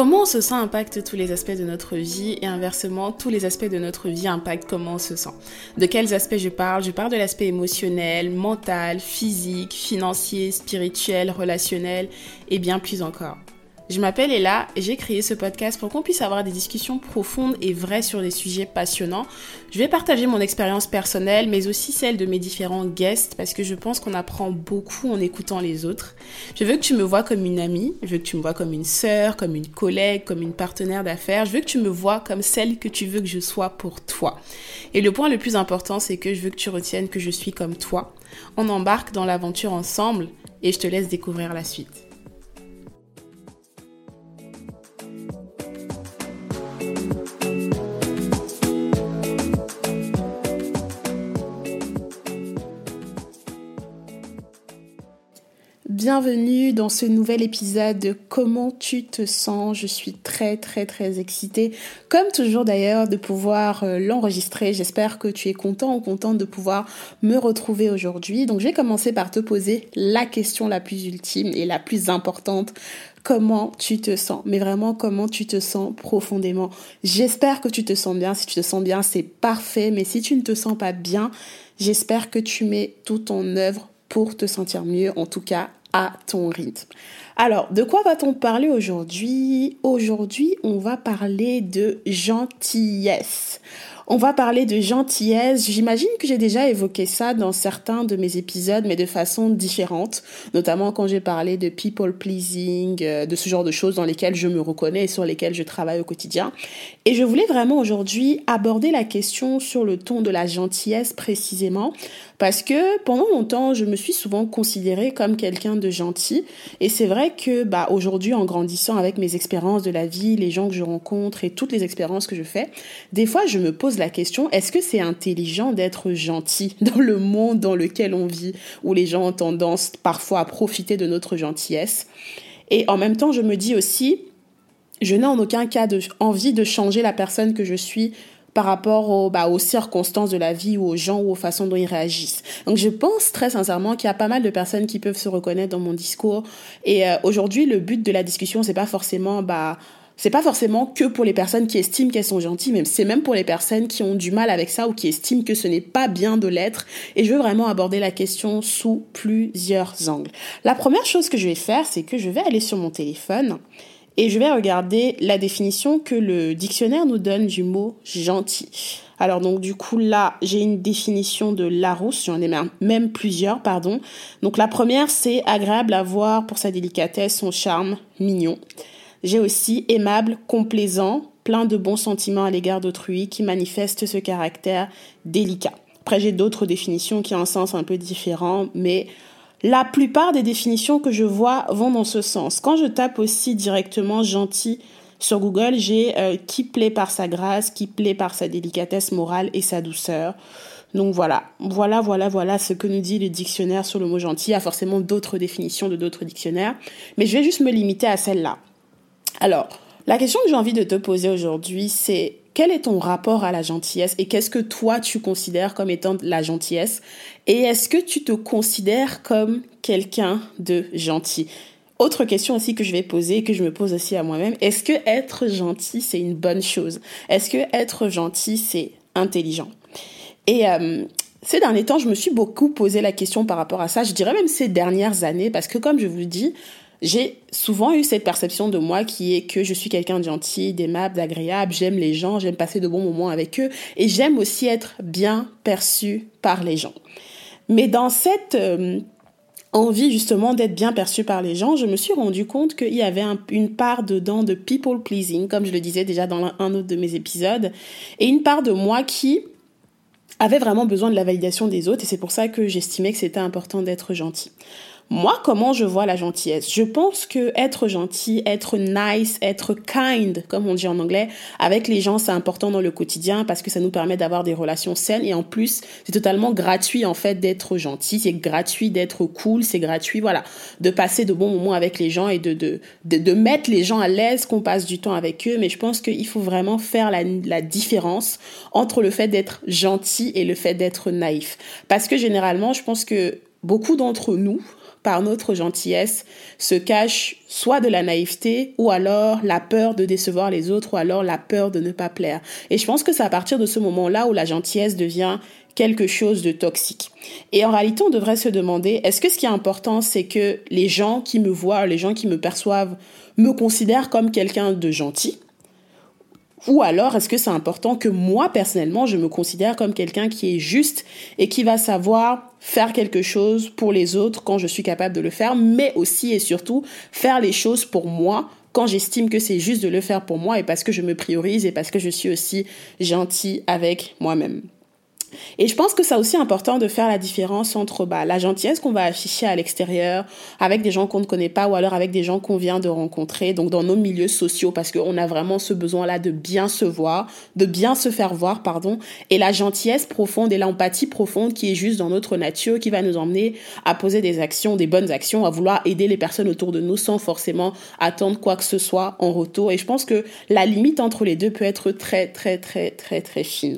Comment on se sent impacte tous les aspects de notre vie et inversement, tous les aspects de notre vie impactent comment on se sent. De quels aspects je parle? Je parle de l'aspect émotionnel, mental, physique, financier, spirituel, relationnel et bien plus encore. Je m'appelle Ella et j'ai créé ce podcast pour qu'on puisse avoir des discussions profondes et vraies sur des sujets passionnants. Je vais partager mon expérience personnelle mais aussi celle de mes différents guests parce que je pense qu'on apprend beaucoup en écoutant les autres. Je veux que tu me vois comme une amie, je veux que tu me vois comme une sœur, comme une collègue, comme une partenaire d'affaires. Je veux que tu me vois comme celle que tu veux que je sois pour toi. Et le point le plus important, c'est que je veux que tu retiennes que je suis comme toi. On embarque dans l'aventure ensemble et je te laisse découvrir la suite. Bienvenue dans ce nouvel épisode de Comment tu te sens. Je suis très excitée, comme toujours d'ailleurs, de pouvoir l'enregistrer. J'espère que tu es content ou contente de pouvoir me retrouver aujourd'hui. Donc je vais commencer par te poser la question la plus ultime et la plus importante. Comment tu te sens? Mais vraiment, comment tu te sens profondément? J'espère que tu te sens bien. Si tu te sens bien, c'est parfait. Mais si tu ne te sens pas bien, j'espère que tu mets tout en œuvre pour te sentir mieux, en tout cas à ton rythme. Alors, de quoi va-t-on parler aujourd'hui? Aujourd'hui, on va parler de gentillesse. On va parler de gentillesse. J'imagine que j'ai déjà évoqué ça dans certains de mes épisodes, mais de façon différente, notamment quand j'ai parlé de people pleasing, de ce genre de choses dans lesquelles je me reconnais et sur lesquelles je travaille au quotidien. Et je voulais vraiment aujourd'hui aborder la question sur le ton de la gentillesse précisément, parce que pendant longtemps, je me suis souvent considérée comme quelqu'un de gentil. Et c'est vrai que aujourd'hui, en grandissant avec mes expériences de la vie, les gens que je rencontre et toutes les expériences que je fais, des fois, je me pose la question, est-ce que c'est intelligent d'être gentil dans le monde dans lequel on vit, où les gens ont tendance parfois à profiter de notre gentillesse? Et en même temps, je me dis aussi, je n'ai en aucun cas envie de changer la personne que je suis par rapport aux circonstances de la vie ou aux gens ou aux façons dont ils réagissent. Donc je pense très sincèrement qu'il y a pas mal de personnes qui peuvent se reconnaître dans mon discours. Et aujourd'hui, le but de la discussion, c'est pas forcément que pour les personnes qui estiment qu'elles sont gentilles, mais c'est même pour les personnes qui ont du mal avec ça ou qui estiment que ce n'est pas bien de l'être. Et je veux vraiment aborder la question sous plusieurs angles. La première chose que je vais faire, c'est que je vais aller sur mon téléphone et je vais regarder la définition que le dictionnaire nous donne du mot gentil. Alors donc du coup là, j'ai une définition de Larousse, j'en ai même plusieurs, pardon. Donc la première, c'est agréable à voir pour sa délicatesse, son charme, mignon. J'ai aussi aimable, complaisant, plein de bons sentiments à l'égard d'autrui, qui manifeste ce caractère délicat. Après, j'ai d'autres définitions qui ont un sens un peu différent, mais la plupart des définitions que je vois vont dans ce sens. Quand je tape aussi directement gentil sur Google, j'ai qui plaît par sa grâce, qui plaît par sa délicatesse morale et sa douceur. Donc voilà ce que nous dit le dictionnaire sur le mot gentil. Il y a forcément d'autres définitions de d'autres dictionnaires, mais je vais juste me limiter à celle-là. Alors, la question que j'ai envie de te poser aujourd'hui, c'est quel est ton rapport à la gentillesse et qu'est-ce que toi tu considères comme étant la gentillesse et est-ce que tu te considères comme quelqu'un de gentil? Autre question aussi que je vais poser et que je me pose aussi à moi-même, est-ce que être gentil c'est une bonne chose? Est-ce que être gentil c'est intelligent? Et ces derniers temps, je me suis beaucoup posé la question par rapport à ça, je dirais même ces dernières années parce que comme je vous le dis, j'ai souvent eu cette perception de moi qui est que je suis quelqu'un de gentil, d'aimable, d'agréable, j'aime les gens, j'aime passer de bons moments avec eux et j'aime aussi être bien perçue par les gens. Mais dans cette envie justement d'être bien perçue par les gens, je me suis rendu compte qu'il y avait une part dedans de people pleasing, comme je le disais déjà dans un autre de mes épisodes, et une part de moi qui avait vraiment besoin de la validation des autres et c'est pour ça que j'estimais que c'était important d'être gentil. Moi, comment je vois la gentillesse? Je pense que être gentil, être nice, être kind, comme on dit en anglais, avec les gens, c'est important dans le quotidien parce que ça nous permet d'avoir des relations saines et en plus, c'est totalement gratuit en fait d'être gentil, c'est gratuit d'être cool, c'est gratuit, voilà, de passer de bons moments avec les gens et de mettre les gens à l'aise qu'on passe du temps avec eux. Mais je pense qu'il faut vraiment faire la différence entre le fait d'être gentil et le fait d'être naïf. Parce que généralement, je pense que beaucoup d'entre nous, par notre gentillesse se cache soit de la naïveté ou alors la peur de décevoir les autres ou alors la peur de ne pas plaire. Et je pense que c'est à partir de ce moment-là où la gentillesse devient quelque chose de toxique. Et en réalité, on devrait se demander, est-ce que ce qui est important, c'est que les gens qui me voient, les gens qui me perçoivent, me considèrent comme quelqu'un de gentil? Ou alors, est-ce que c'est important que moi, personnellement, je me considère comme quelqu'un qui est juste et qui va savoir faire quelque chose pour les autres quand je suis capable de le faire, mais aussi et surtout faire les choses pour moi quand j'estime que c'est juste de le faire pour moi et parce que je me priorise et parce que je suis aussi gentil avec moi-même. Et je pense que c'est aussi important de faire la différence entre la gentillesse qu'on va afficher à l'extérieur avec des gens qu'on ne connaît pas ou alors avec des gens qu'on vient de rencontrer, donc dans nos milieux sociaux, parce qu'on a vraiment ce besoin-là de bien se voir, de bien se faire voir, et la gentillesse profonde et l'empathie profonde qui est juste dans notre nature, qui va nous emmener à poser des actions, des bonnes actions, à vouloir aider les personnes autour de nous sans forcément attendre quoi que ce soit en retour. Et je pense que la limite entre les deux peut être très, très, très, très, très fine.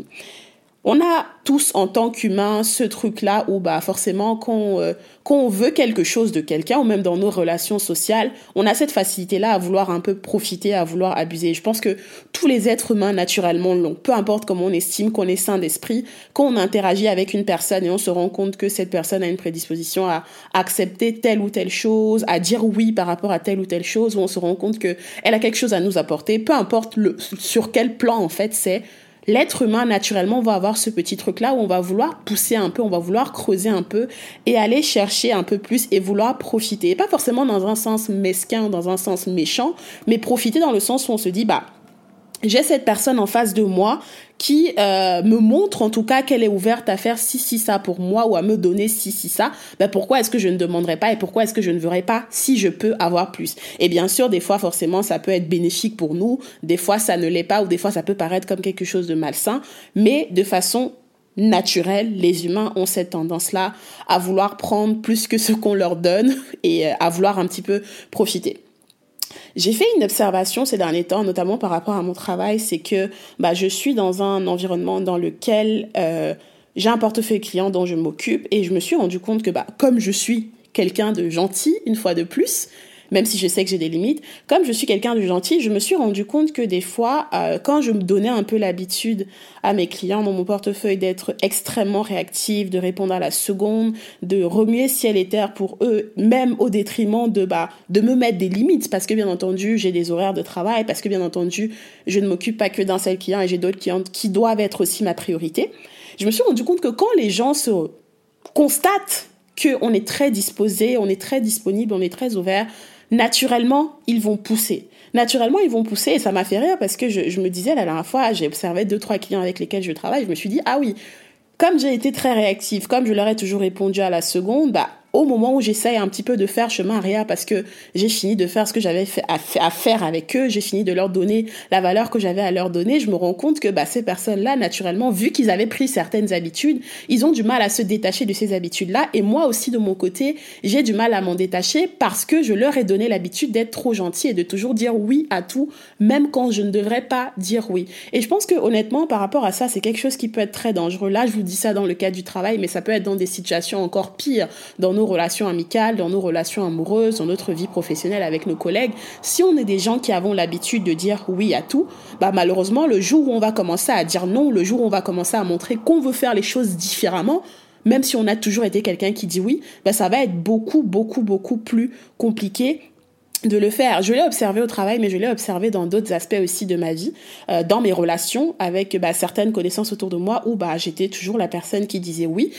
On a tous en tant qu'humains ce truc-là où forcément quand on veut quelque chose de quelqu'un ou même dans nos relations sociales, on a cette facilité-là à vouloir un peu profiter, à vouloir abuser. Je pense que tous les êtres humains naturellement l'ont. Peu importe comment on estime qu'on est sain d'esprit, quand on interagit avec une personne et on se rend compte que cette personne a une prédisposition à accepter telle ou telle chose, à dire oui par rapport à telle ou telle chose, où on se rend compte que elle a quelque chose à nous apporter, peu importe sur quel plan en fait c'est. L'être humain, naturellement, va avoir ce petit truc-là où on va vouloir pousser un peu, on va vouloir creuser un peu et aller chercher un peu plus et vouloir profiter. Et pas forcément dans un sens mesquin, dans un sens méchant, mais profiter dans le sens où on se dit, j'ai cette personne en face de moi qui me montre en tout cas qu'elle est ouverte à faire ci, ça pour moi ou à me donner ci, ça. Pourquoi est-ce que je ne demanderais pas et pourquoi est-ce que je ne verrais pas si je peux avoir plus? Et bien sûr, des fois, forcément, ça peut être bénéfique pour nous. Des fois, ça ne l'est pas ou des fois, ça peut paraître comme quelque chose de malsain. Mais de façon naturelle, les humains ont cette tendance-là à vouloir prendre plus que ce qu'on leur donne et à vouloir un petit peu profiter. J'ai fait une observation ces derniers temps, notamment par rapport à mon travail, c'est que je suis dans un environnement dans lequel j'ai un portefeuille client dont je m'occupe et je me suis rendu compte que comme je suis quelqu'un de gentil, une fois de plus, même si je sais que j'ai des limites, comme je suis quelqu'un de gentil, je me suis rendu compte que des fois, quand je me donnais un peu l'habitude à mes clients dans mon portefeuille d'être extrêmement réactive, de répondre à la seconde, de remuer ciel et terre pour eux, même au détriment de me mettre des limites, parce que bien entendu, j'ai des horaires de travail, parce que bien entendu, je ne m'occupe pas que d'un seul client et j'ai d'autres clients qui doivent être aussi ma priorité. Je me suis rendu compte que quand les gens se constatent qu'on est très disposé, on est très disponible, on est très ouvert, naturellement, ils vont pousser. Naturellement, ils vont pousser et ça m'a fait rire parce que je me disais la dernière fois, j'ai observé 2-3 clients avec lesquels je travaille, je me suis dit, ah oui, comme j'ai été très réactive, comme je leur ai toujours répondu à la seconde, au moment où j'essaye un petit peu de faire chemin arrière parce que j'ai fini de faire ce que j'avais à faire avec eux, j'ai fini de leur donner la valeur que j'avais à leur donner, je me rends compte que ces personnes-là, naturellement, vu qu'ils avaient pris certaines habitudes, ils ont du mal à se détacher de ces habitudes-là et moi aussi, de mon côté, j'ai du mal à m'en détacher parce que je leur ai donné l'habitude d'être trop gentil et de toujours dire oui à tout, même quand je ne devrais pas dire oui. Et je pense que honnêtement, par rapport à ça, c'est quelque chose qui peut être très dangereux. Là, je vous dis ça dans le cadre du travail, mais ça peut être dans des situations encore pires, dans nos relations amicales, dans nos relations amoureuses, dans notre vie professionnelle avec nos collègues. Si on est des gens qui avons l'habitude de dire oui à tout, malheureusement, le jour où on va commencer à dire non, le jour où on va commencer à montrer qu'on veut faire les choses différemment, même si on a toujours été quelqu'un qui dit oui, ça va être beaucoup, beaucoup, beaucoup plus compliqué de le faire. Je l'ai observé au travail, mais je l'ai observé dans d'autres aspects aussi de ma vie, dans mes relations avec certaines connaissances autour de moi où j'étais toujours la personne qui disait oui,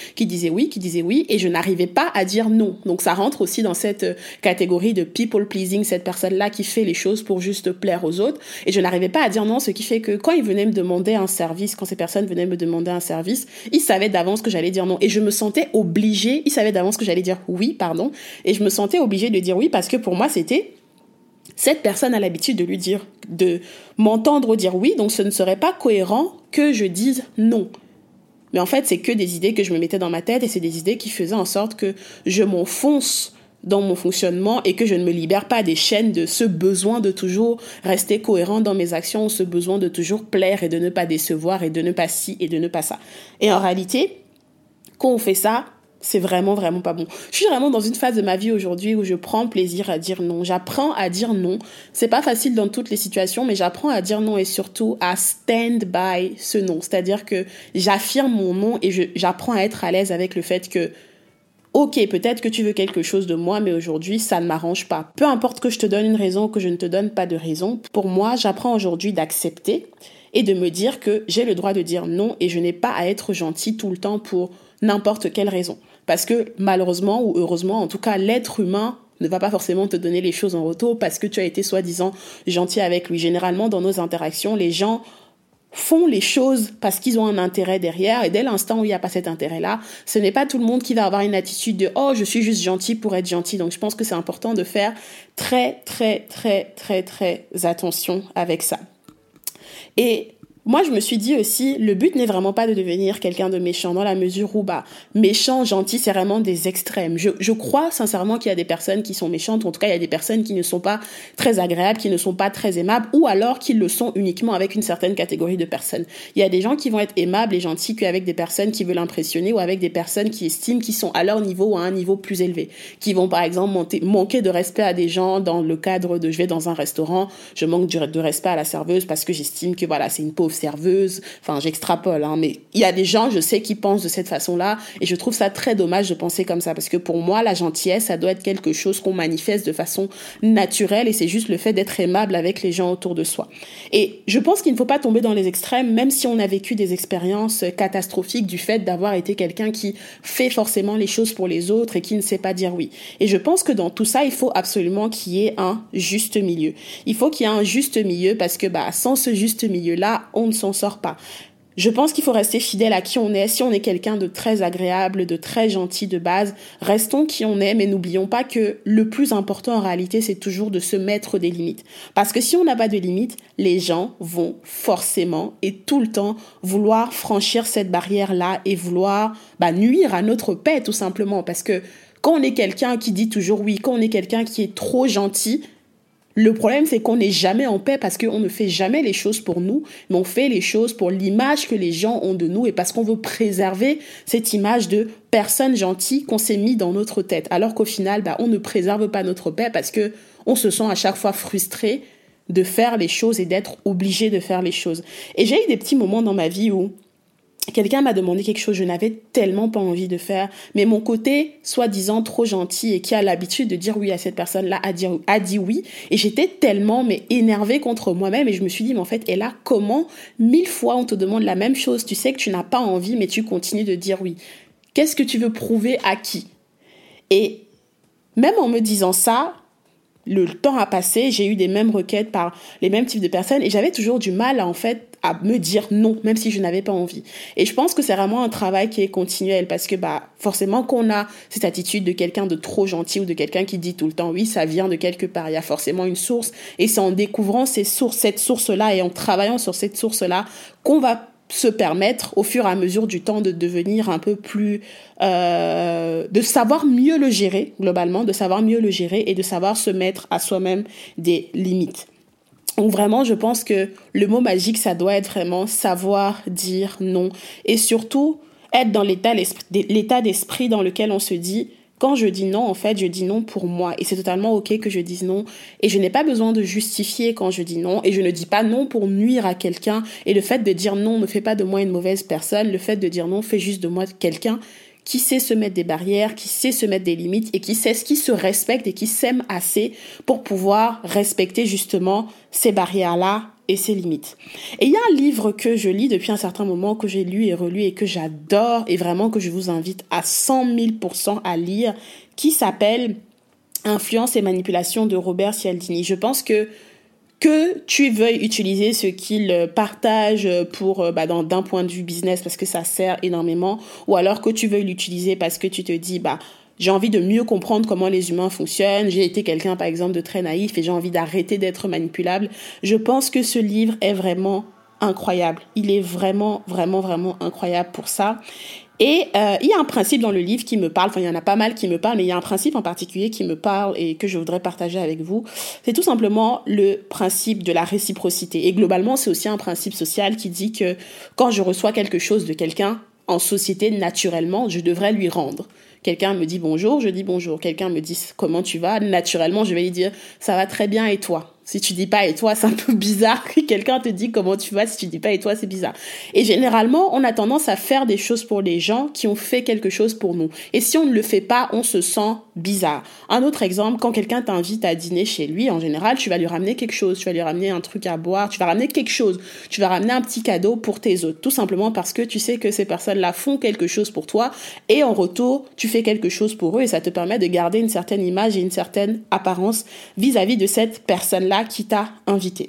et je n'arrivais pas à dire non. Donc ça rentre aussi dans cette catégorie de people pleasing, cette personne-là qui fait les choses pour juste plaire aux autres, et je n'arrivais pas à dire non, ce qui fait que quand ils venaient me demander un service, quand ces personnes venaient me demander un service, ils savaient d'avance que j'allais dire non, et je me sentais obligée, ils savaient d'avance que j'allais dire oui, et je me sentais obligée de dire oui parce que pour moi c'était cette personne a l'habitude de m'entendre dire oui, donc ce ne serait pas cohérent que je dise non. Mais en fait, c'est que des idées que je me mettais dans ma tête et c'est des idées qui faisaient en sorte que je m'enfonce dans mon fonctionnement et que je ne me libère pas des chaînes de ce besoin de toujours rester cohérent dans mes actions, ce besoin de toujours plaire et de ne pas décevoir et de ne pas ci et de ne pas ça. Et en réalité, quand on fait ça, c'est vraiment, vraiment pas bon. Je suis vraiment dans une phase de ma vie aujourd'hui où je prends plaisir à dire non. J'apprends à dire non. C'est pas facile dans toutes les situations, mais j'apprends à dire non et surtout à stand by ce non. C'est-à-dire que j'affirme mon non et j'apprends à être à l'aise avec le fait que ok, peut-être que tu veux quelque chose de moi, mais aujourd'hui, ça ne m'arrange pas. Peu importe que je te donne une raison ou que je ne te donne pas de raison, pour moi, j'apprends aujourd'hui d'accepter et de me dire que j'ai le droit de dire non et je n'ai pas à être gentil tout le temps pour n'importe quelle raison. Parce que malheureusement ou heureusement, en tout cas, l'être humain ne va pas forcément te donner les choses en retour parce que tu as été soi-disant gentil avec lui. Généralement, dans nos interactions, les gens font les choses parce qu'ils ont un intérêt derrière et dès l'instant où il n'y a pas cet intérêt-là, ce n'est pas tout le monde qui va avoir une attitude de « Oh, je suis juste gentil pour être gentil ». Donc, je pense que c'est important de faire très, très, très, très, très attention avec ça. Et moi, je me suis dit aussi, le but n'est vraiment pas de devenir quelqu'un de méchant dans la mesure où, méchant, gentil, c'est vraiment des extrêmes. Je crois sincèrement qu'il y a des personnes qui sont méchantes, ou en tout cas, il y a des personnes qui ne sont pas très agréables, qui ne sont pas très aimables, ou alors qu'ils le sont uniquement avec une certaine catégorie de personnes. Il y a des gens qui vont être aimables et gentils qu'avec des personnes qui veulent impressionner ou avec des personnes qui estiment qu'ils sont à leur niveau ou à un niveau plus élevé, qui vont par exemple manquer de respect à des gens dans le cadre de je vais dans un restaurant, je manque de respect à la serveuse parce que j'estime que voilà, c'est une pauvre serveuse, enfin j'extrapole, mais il y a des gens, je sais, qui pensent de cette façon-là et je trouve ça très dommage de penser comme ça parce que pour moi, la gentillesse, ça doit être quelque chose qu'on manifeste de façon naturelle et c'est juste le fait d'être aimable avec les gens autour de soi. Et je pense qu'il ne faut pas tomber dans les extrêmes, même si on a vécu des expériences catastrophiques du fait d'avoir été quelqu'un qui fait forcément les choses pour les autres et qui ne sait pas dire oui. Et je pense que dans tout ça, il faut absolument qu'il y ait un juste milieu. Il faut qu'il y ait un juste milieu parce que sans ce juste milieu-là, on ne s'en sort pas. Je pense qu'il faut rester fidèle à qui on est. Si on est quelqu'un de très agréable, de très gentil de base, restons qui on est, mais n'oublions pas que le plus important en réalité, c'est toujours de se mettre des limites. Parce que si on n'a pas de limites, les gens vont forcément et tout le temps vouloir franchir cette barrière-là et vouloir nuire à notre paix tout simplement. Parce que quand on est quelqu'un qui dit toujours oui, quand on est quelqu'un qui est trop gentil, le problème, c'est qu'on n'est jamais en paix parce qu'on ne fait jamais les choses pour nous, mais on fait les choses pour l'image que les gens ont de nous et parce qu'on veut préserver cette image de personne gentille qu'on s'est mis dans notre tête. Alors qu'au final, on ne préserve pas notre paix parce que on se sent à chaque fois frustré de faire les choses et d'être obligé de faire les choses. Et j'ai eu des petits moments dans ma vie où quelqu'un m'a demandé quelque chose que je n'avais tellement pas envie de faire, mais mon côté soi-disant trop gentil et qui a l'habitude de dire oui à cette personne-là a dit oui, et j'étais tellement énervée contre moi-même et je me suis dit mais en fait, et là comment 1000 fois on te demande la même chose, tu sais que tu n'as pas envie mais tu continues de dire oui. Qu'est-ce que tu veux prouver à qui? Et même en me disant ça, le temps a passé, j'ai eu des mêmes requêtes par les mêmes types de personnes et j'avais toujours du mal à me dire non, même si je n'avais pas envie. Et je pense que c'est vraiment un travail qui est continuel parce que forcément qu'on a cette attitude de quelqu'un de trop gentil ou de quelqu'un qui dit tout le temps oui, ça vient de quelque part. Il y a forcément une source et c'est en découvrant cette source-là et en travaillant sur cette source-là qu'on va se permettre au fur et à mesure du temps de devenir un peu plus de savoir mieux le gérer globalement, de savoir mieux le gérer et de savoir se mettre à soi-même des limites. Donc vraiment, je pense que le mot magique, ça doit être vraiment savoir dire non et surtout être dans l'état d'esprit dans lequel on se dit quand je dis non, en fait, je dis non pour moi. Et c'est totalement OK que je dise non. Et je n'ai pas besoin de justifier quand je dis non. Et je ne dis pas non pour nuire à quelqu'un. Et le fait de dire non ne fait pas de moi une mauvaise personne. Le fait de dire non fait juste de moi quelqu'un qui sait se mettre des barrières, qui sait se mettre des limites et qui se respecte et qui s'aime assez pour pouvoir respecter justement ces barrières-là et ses limites. Et il y a un livre que je lis depuis un certain moment, que j'ai lu et relu et que j'adore et vraiment que je vous invite à 100 000% à lire, qui s'appelle Influence et manipulation de Robert Cialdini. Je pense que tu veuilles utiliser ce qu'il partage pour d'un point de vue business parce que ça sert énormément, ou alors que tu veuilles l'utiliser parce que tu te dis j'ai envie de mieux comprendre comment les humains fonctionnent, j'ai été quelqu'un par exemple de très naïf et j'ai envie d'arrêter d'être manipulable. Je pense que ce livre est vraiment incroyable. Il est vraiment, vraiment, vraiment incroyable pour ça. Et il y a un principe dans le livre qui me parle, il y en a pas mal qui me parlent, mais il y a un principe en particulier qui me parle et que je voudrais partager avec vous. C'est tout simplement le principe de la réciprocité. Et globalement, c'est aussi un principe social qui dit que quand je reçois quelque chose de quelqu'un, en société, naturellement, je devrais lui rendre. Quelqu'un me dit bonjour, je dis bonjour. Quelqu'un me dit comment tu vas, naturellement, je vais lui dire ça va très bien et toi. Si tu dis pas et toi, c'est un peu bizarre que quelqu'un te dit comment tu vas, si tu dis pas et toi, c'est bizarre. Et généralement, on a tendance à faire des choses pour les gens qui ont fait quelque chose pour nous. Et si on ne le fait pas, on se sent bizarre. Un autre exemple, quand quelqu'un t'invite à dîner chez lui, en général, tu vas lui ramener quelque chose, tu vas lui ramener un truc à boire, tu vas ramener quelque chose, tu vas ramener un petit cadeau pour tes hôtes, tout simplement parce que tu sais que ces personnes-là font quelque chose pour toi et en retour, tu fais quelque chose pour eux et ça te permet de garder une certaine image et une certaine apparence vis-à-vis de cette personne-là qui t'a invité.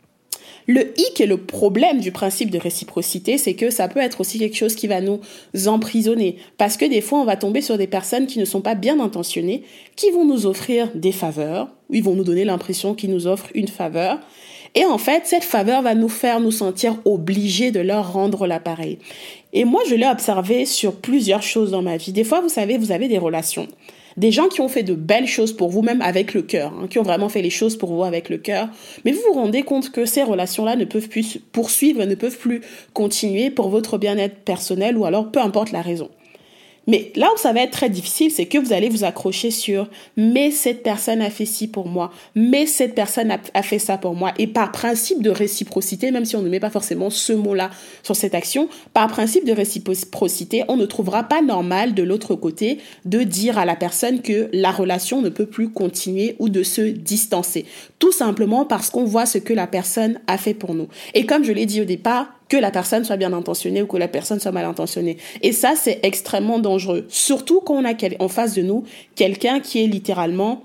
Le hic et le problème du principe de réciprocité, c'est que ça peut être aussi quelque chose qui va nous emprisonner. Parce que des fois, on va tomber sur des personnes qui ne sont pas bien intentionnées, qui vont nous offrir des faveurs, ou ils vont nous donner l'impression qu'ils nous offrent une faveur. Et en fait, cette faveur va nous faire nous sentir obligés de leur rendre l'appareil. Et moi, je l'ai observé sur plusieurs choses dans ma vie. Des fois, vous savez, vous avez des relations. Des gens qui ont fait de belles choses pour vous, même avec le cœur, qui ont vraiment fait les choses pour vous avec le cœur. Mais vous vous rendez compte que ces relations-là ne peuvent plus poursuivre, ne peuvent plus continuer pour votre bien-être personnel ou alors peu importe la raison. Mais là où ça va être très difficile, c'est que vous allez vous accrocher sur « mais cette personne a fait ci pour moi, mais cette personne a fait ça pour moi ». Et par principe de réciprocité, même si on ne met pas forcément ce mot-là sur cette action, par principe de réciprocité, on ne trouvera pas normal de l'autre côté de dire à la personne que la relation ne peut plus continuer ou de se distancer. Tout simplement parce qu'on voit ce que la personne a fait pour nous. Et comme je l'ai dit au départ, que la personne soit bien intentionnée ou que la personne soit mal intentionnée. Et ça, c'est extrêmement dangereux. Surtout quand on a en face de nous quelqu'un qui est littéralement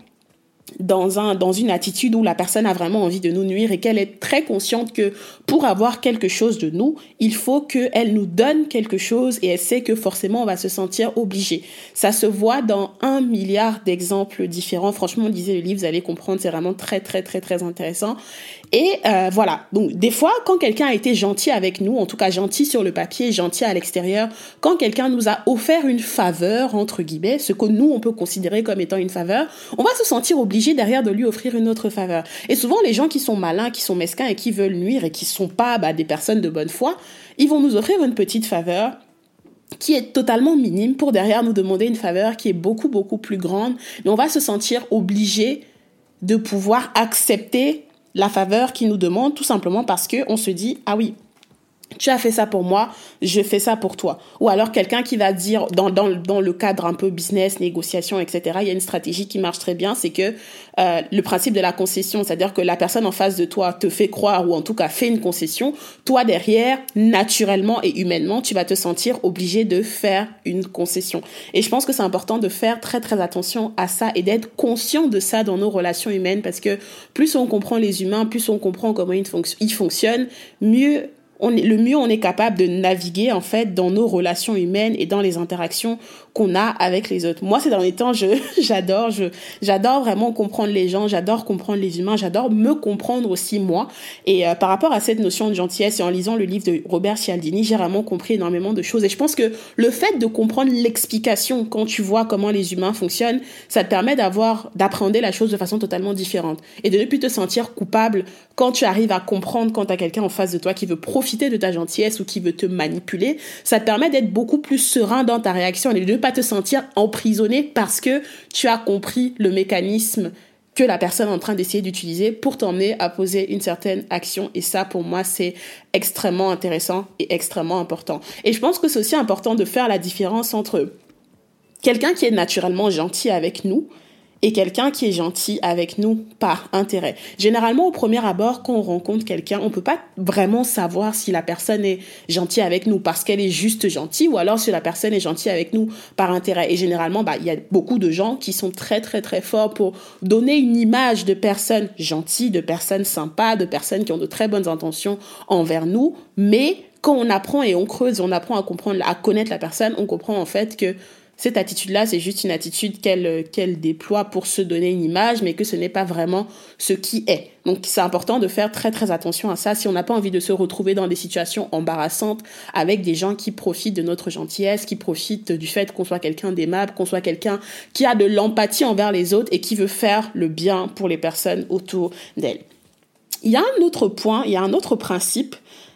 dans une attitude où la personne a vraiment envie de nous nuire et qu'elle est très consciente que pour avoir quelque chose de nous, il faut qu'elle nous donne quelque chose et elle sait que forcément on va se sentir obligé. Ça se voit dans 1 milliard d'exemples différents. Franchement, lisez le livre, vous allez comprendre, c'est vraiment très très très très intéressant. Et voilà, donc des fois, quand quelqu'un a été gentil avec nous, en tout cas gentil sur le papier, gentil à l'extérieur, quand quelqu'un nous a offert une faveur, entre guillemets, ce que nous, on peut considérer comme étant une faveur, on va se sentir obligé derrière de lui offrir une autre faveur. Et souvent, les gens qui sont malins, qui sont mesquins et qui veulent nuire et qui sont pas des personnes de bonne foi, ils vont nous offrir une petite faveur qui est totalement minime pour derrière nous demander une faveur qui est beaucoup, beaucoup plus grande. Mais on va se sentir obligé de pouvoir accepter la faveur qu'il nous demande tout simplement parce que on se dit « Ah oui, tu as fait ça pour moi, je fais ça pour toi. » Ou alors quelqu'un qui va dire, dans le cadre un peu business, négociation, etc., il y a une stratégie qui marche très bien, c'est que le principe de la concession, c'est-à-dire que la personne en face de toi te fait croire, ou en tout cas fait une concession, toi derrière, naturellement et humainement, tu vas te sentir obligé de faire une concession. Et je pense que c'est important de faire très très attention à ça et d'être conscient de ça dans nos relations humaines, parce que plus on comprend les humains, plus on comprend comment ils fonctionnent, mieux on est capable de naviguer en fait dans nos relations humaines et dans les interactions qu'on a avec les autres. Moi, ces derniers temps, j'adore vraiment comprendre les gens, j'adore comprendre les humains, j'adore me comprendre aussi moi. Et par rapport à cette notion de gentillesse et en lisant le livre de Robert Cialdini, j'ai vraiment compris énormément de choses. Et je pense que le fait de comprendre l'explication quand tu vois comment les humains fonctionnent, ça te permet d'appréhender la chose de façon totalement différente et de ne plus te sentir coupable quand tu arrives à comprendre quand tu as quelqu'un en face de toi qui veut profiter de ta gentillesse ou qui veut te manipuler. Ça te permet d'être beaucoup plus serein dans ta réaction et de ne pas te sentir emprisonné parce que tu as compris le mécanisme que la personne est en train d'essayer d'utiliser pour t'emmener à poser une certaine action. Et ça, pour moi, c'est extrêmement intéressant et extrêmement important. Et je pense que c'est aussi important de faire la différence entre quelqu'un qui est naturellement gentil avec nous et quelqu'un qui est gentil avec nous par intérêt. Généralement, au premier abord, quand on rencontre quelqu'un, on peut pas vraiment savoir si la personne est gentille avec nous parce qu'elle est juste gentille ou alors si la personne est gentille avec nous par intérêt. Et généralement, il y a beaucoup de gens qui sont très, très, très forts pour donner une image de personnes gentilles, de personnes sympas, de personnes qui ont de très bonnes intentions envers nous. Mais quand on apprend et on creuse, on apprend à comprendre, à connaître la personne, on comprend en fait que cette attitude-là, c'est juste une attitude qu'elle déploie pour se donner une image, mais que ce n'est pas vraiment ce qui est. Donc, c'est important de faire très, très attention à ça si on n'a pas envie de se retrouver dans des situations embarrassantes avec des gens qui profitent de notre gentillesse, qui profitent du fait qu'on soit quelqu'un d'aimable, qu'on soit quelqu'un qui a de l'empathie envers les autres et qui veut faire le bien pour les personnes autour d'elle. Il y a un autre point, il y a un autre principe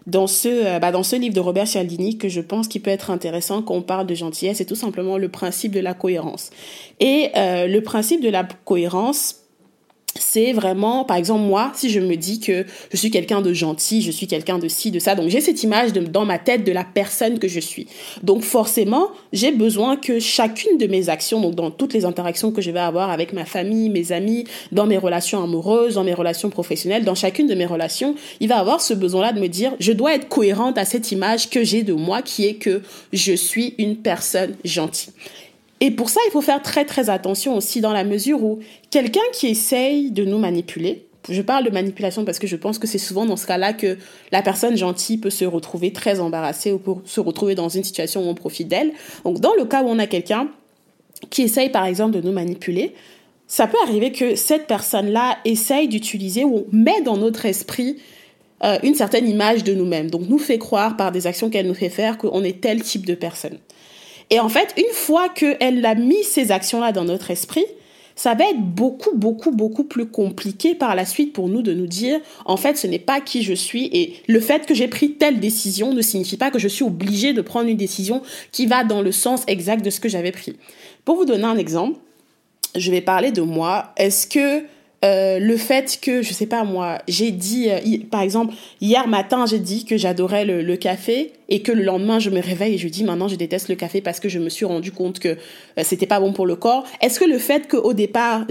dans ce livre de Robert Cialdini que je pense qu'il peut être intéressant quand on parle de gentillesse, c'est tout simplement le principe de la cohérence. Et le principe de la cohérence, c'est vraiment, par exemple, moi, si je me dis que je suis quelqu'un de gentil, je suis quelqu'un de ci, de ça, donc j'ai cette image dans ma tête de la personne que je suis. Donc forcément, j'ai besoin que chacune de mes actions, donc dans toutes les interactions que je vais avoir avec ma famille, mes amis, dans mes relations amoureuses, dans mes relations professionnelles, dans chacune de mes relations, il va avoir ce besoin-là de me dire, je dois être cohérente à cette image que j'ai de moi, qui est que je suis une personne gentille. Et pour ça, il faut faire très très attention aussi dans la mesure où quelqu'un qui essaye de nous manipuler, je parle de manipulation parce que je pense que c'est souvent dans ce cas-là que la personne gentille peut se retrouver très embarrassée ou pour se retrouver dans une situation où on profite d'elle. Donc dans le cas où on a quelqu'un qui essaye par exemple de nous manipuler, ça peut arriver que cette personne-là essaye d'utiliser ou met dans notre esprit une certaine image de nous-mêmes. Donc nous fait croire par des actions qu'elle nous fait faire qu'on est tel type de personne. Et en fait, une fois qu'elle a mis ces actions-là dans notre esprit, ça va être beaucoup plus compliqué par la suite pour nous de nous dire, en fait, ce n'est pas qui je suis et le fait que j'ai pris telle décision ne signifie pas que je suis obligée de prendre une décision qui va dans le sens exact de ce que j'avais pris. Pour vous donner un exemple, je vais parler de moi. Est-ce que le fait que, je sais pas moi, j'ai dit, par exemple, hier matin, j'ai dit que j'adorais le café et que le lendemain, je me réveille et je dis maintenant, je déteste le café parce que je me suis rendu compte que c'était pas bon pour le corps. Est-ce que le fait qu'au départ,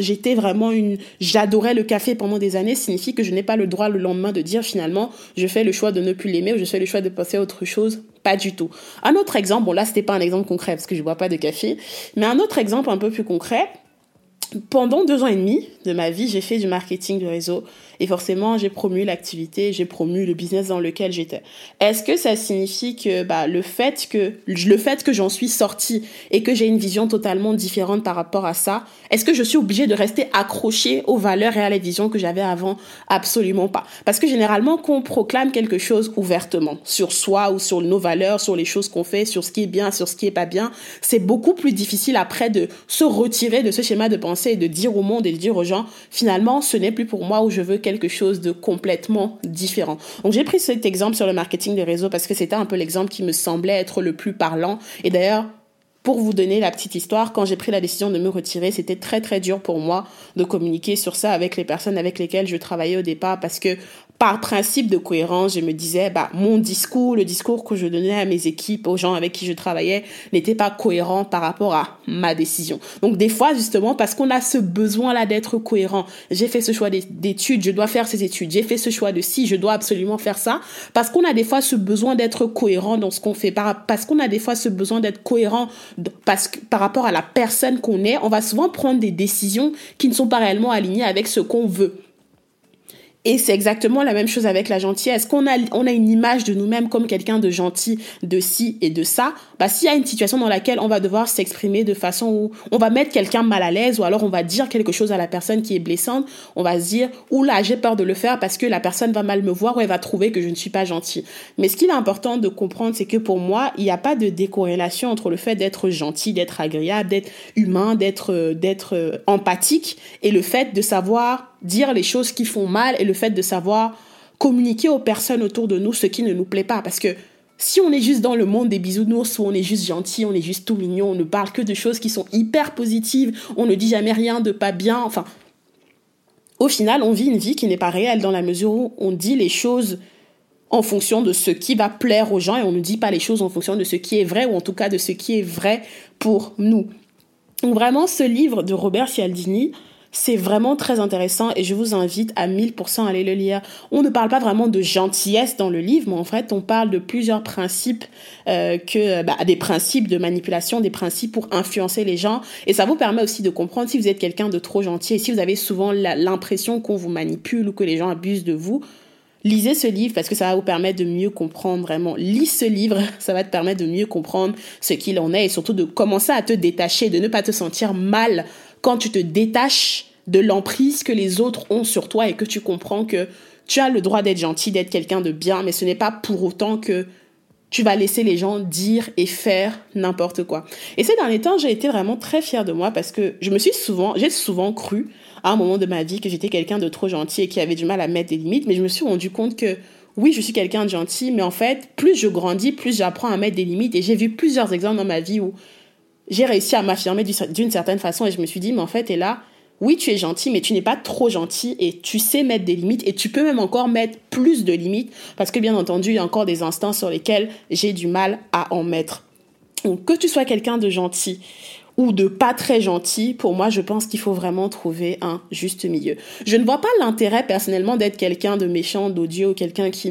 j'adorais le café pendant des années signifie que je n'ai pas le droit le lendemain de dire finalement, je fais le choix de ne plus l'aimer ou je fais le choix de passer à autre chose? Pas du tout. Un autre exemple, bon là, c'était pas un exemple concret parce que je bois pas de café, mais un autre exemple un peu plus concret. Pendant 2 ans et demi de ma vie, j'ai fait du marketing de réseau et forcément, j'ai promu l'activité, j'ai promu le business dans lequel j'étais. Est-ce que ça signifie que le fait que j'en suis sortie et que j'ai une vision totalement différente par rapport à ça, est-ce que je suis obligée de rester accrochée aux valeurs et à la vision que j'avais avant? Absolument pas. Parce que généralement, quand on proclame quelque chose ouvertement sur soi ou sur nos valeurs, sur les choses qu'on fait, sur ce qui est bien, sur ce qui est pas bien, c'est beaucoup plus difficile après de se retirer de ce schéma de pensée et de dire au monde et de dire aux gens, finalement, ce n'est plus pour moi ou je veux quelque chose de complètement différent. Donc, j'ai pris cet exemple sur le marketing des réseaux parce que c'était un peu l'exemple qui me semblait être le plus parlant. Et d'ailleurs, pour vous donner la petite histoire, quand j'ai pris la décision de me retirer, c'était très très dur pour moi de communiquer sur ça avec les personnes avec lesquelles je travaillais au départ parce que par principe de cohérence, je me disais, mon discours, le discours que je donnais à mes équipes, aux gens avec qui je travaillais, n'était pas cohérent par rapport à ma décision. Donc, des fois, justement, parce qu'on a ce besoin-là d'être cohérent, j'ai fait ce choix d'études, je dois faire ces études, j'ai fait ce choix de ci, je dois absolument faire ça, parce qu'on a des fois ce besoin d'être cohérent dans ce qu'on fait, parce qu'on a des fois ce besoin d'être cohérent par rapport à la personne qu'on est, on va souvent prendre des décisions qui ne sont pas réellement alignées avec ce qu'on veut. Et c'est exactement la même chose avec la gentillesse. Qu'on a une image de nous-mêmes comme quelqu'un de gentil, de ci et de ça. S'il y a une situation dans laquelle on va devoir s'exprimer de façon où on va mettre quelqu'un mal à l'aise ou alors on va dire quelque chose à la personne qui est blessante, on va se dire, oula, j'ai peur de le faire parce que la personne va mal me voir ou elle va trouver que je ne suis pas gentil. Mais ce qu'il est important de comprendre, c'est que pour moi, il n'y a pas de décorrélation entre le fait d'être gentil, d'être agréable, d'être humain, d'être empathique et le fait de savoir dire les choses qui font mal et le fait de savoir communiquer aux personnes autour de nous ce qui ne nous plaît pas. Parce que si on est juste dans le monde des bisounours où on est juste gentil, on est juste tout mignon, on ne parle que de choses qui sont hyper positives, on ne dit jamais rien de pas bien, enfin, au final, on vit une vie qui n'est pas réelle dans la mesure où on dit les choses en fonction de ce qui va plaire aux gens et on ne dit pas les choses en fonction de ce qui est vrai ou en tout cas de ce qui est vrai pour nous. Donc vraiment, ce livre de Robert Cialdini, c'est vraiment très intéressant et je vous invite à 1000% à aller le lire. On ne parle pas vraiment de gentillesse dans le livre, mais en fait, on parle de plusieurs principes, des principes de manipulation, des principes pour influencer les gens. Et ça vous permet aussi de comprendre si vous êtes quelqu'un de trop gentil et si vous avez souvent l'impression qu'on vous manipule ou que les gens abusent de vous. Lisez ce livre parce que ça va vous permettre de mieux comprendre vraiment. Lis ce livre, ça va te permettre de mieux comprendre ce qu'il en est et surtout de commencer à te détacher, de ne pas te sentir mal quand tu te détaches de l'emprise que les autres ont sur toi et que tu comprends que tu as le droit d'être gentil, d'être quelqu'un de bien, mais ce n'est pas pour autant que tu vas laisser les gens dire et faire n'importe quoi. Et ces derniers temps, j'ai été vraiment très fière de moi parce que j'ai souvent cru à un moment de ma vie que j'étais quelqu'un de trop gentil et qui avait du mal à mettre des limites, mais je me suis rendu compte que oui, je suis quelqu'un de gentil, mais en fait, plus je grandis, plus j'apprends à mettre des limites. Et j'ai vu plusieurs exemples dans ma vie où j'ai réussi à m'affirmer d'une certaine façon et je me suis dit, mais en fait, t'es là, oui, tu es gentil, mais tu n'es pas trop gentil et tu sais mettre des limites et tu peux même encore mettre plus de limites parce que bien entendu, il y a encore des instants sur lesquels j'ai du mal à en mettre. Donc, que tu sois quelqu'un de gentil ou de pas très gentil, pour moi, je pense qu'il faut vraiment trouver un juste milieu. Je ne vois pas l'intérêt personnellement d'être quelqu'un de méchant, d'odieux, ou quelqu'un qui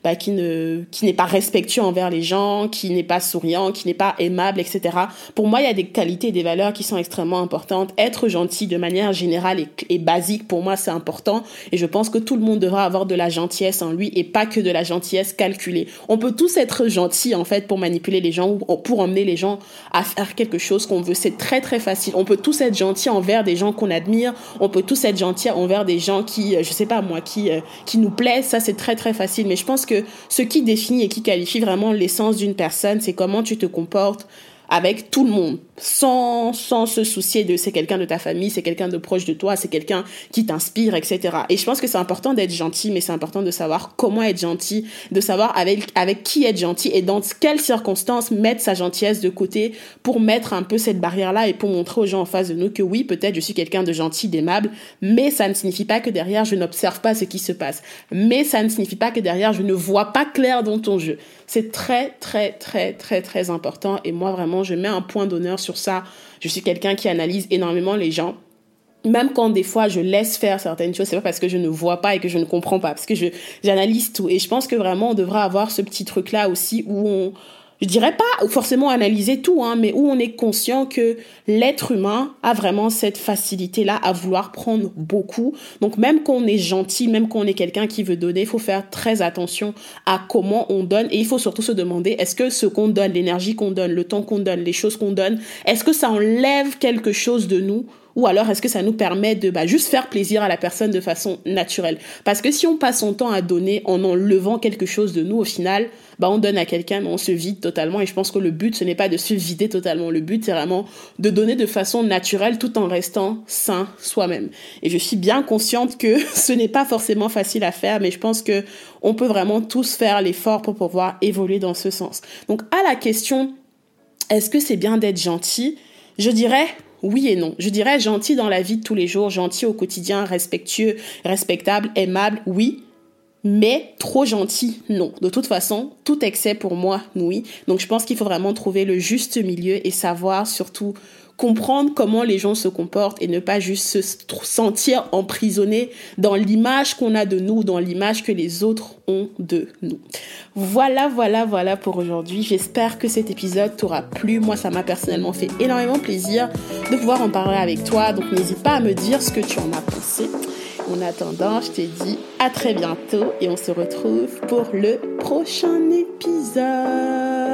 n'est pas respectueux envers les gens, qui n'est pas souriant, qui n'est pas aimable, etc. Pour moi, il y a des qualités et des valeurs qui sont extrêmement importantes. Être gentil de manière générale et basique, pour moi, c'est important. Et je pense que tout le monde devra avoir de la gentillesse en lui et pas que de la gentillesse calculée. On peut tous être gentils, en fait, pour manipuler les gens ou pour emmener les gens à faire quelque chose qu'on veut. C'est très très facile. On peut tous être gentils envers des gens qu'on admire. On peut tous être gentils envers des gens qui, je sais pas moi, qui nous plaisent. Ça, c'est très très facile. Mais je pense que ce qui définit et qui qualifie vraiment l'essence d'une personne, c'est comment tu te comportes avec tout le monde, sans se soucier de c'est quelqu'un de ta famille, c'est quelqu'un de proche de toi, c'est quelqu'un qui t'inspire, etc. Et je pense que c'est important d'être gentil, mais c'est important de savoir comment être gentil, de savoir avec qui être gentil et dans quelles circonstances mettre sa gentillesse de côté pour mettre un peu cette barrière-là et pour montrer aux gens en face de nous que oui, peut-être je suis quelqu'un de gentil, d'aimable, mais ça ne signifie pas que derrière je n'observe pas ce qui se passe. Mais ça ne signifie pas que derrière je ne vois pas clair dans ton jeu. C'est très, très, très, très, très important et moi vraiment, je mets un point d'honneur sur ça. Je suis quelqu'un qui analyse énormément les gens. Même quand des fois je laisse faire certaines choses, c'est pas parce que je ne vois pas et que je ne comprends pas, parce que j'analyse tout. Et je pense que vraiment on devrait avoir ce petit truc-là aussi où je dirais pas forcément analyser tout, mais où on est conscient que l'être humain a vraiment cette facilité-là à vouloir prendre beaucoup. Donc même quand on est gentil, même quand on est quelqu'un qui veut donner, il faut faire très attention à comment on donne. Et il faut surtout se demander, est-ce que ce qu'on donne, l'énergie qu'on donne, le temps qu'on donne, les choses qu'on donne, est-ce que ça enlève quelque chose de nous ? Ou alors, est-ce que ça nous permet de juste faire plaisir à la personne de façon naturelle ? Parce que si on passe son temps à donner en enlevant quelque chose de nous, au final, on donne à quelqu'un, mais on se vide totalement. Et je pense que le but, ce n'est pas de se vider totalement. Le but, c'est vraiment de donner de façon naturelle tout en restant sain soi-même. Et je suis bien consciente que ce n'est pas forcément facile à faire, mais je pense que on peut vraiment tous faire l'effort pour pouvoir évoluer dans ce sens. Donc, à la question, est-ce que c'est bien d'être gentil ? Je dirais oui et non. Je dirais gentil dans la vie de tous les jours, gentil au quotidien, respectueux, respectable, aimable, oui. Mais trop gentil, non. De toute façon, tout excès pour moi, oui. Donc je pense qu'il faut vraiment trouver le juste milieu et savoir surtout comprendre comment les gens se comportent et ne pas juste se sentir emprisonné dans l'image qu'on a de nous, dans l'image que les autres ont de nous. Voilà pour aujourd'hui. J'espère que cet épisode t'aura plu. Moi, ça m'a personnellement fait énormément plaisir de pouvoir en parler avec toi. Donc, n'hésite pas à me dire ce que tu en as pensé. En attendant, je te dis à très bientôt et on se retrouve pour le prochain épisode.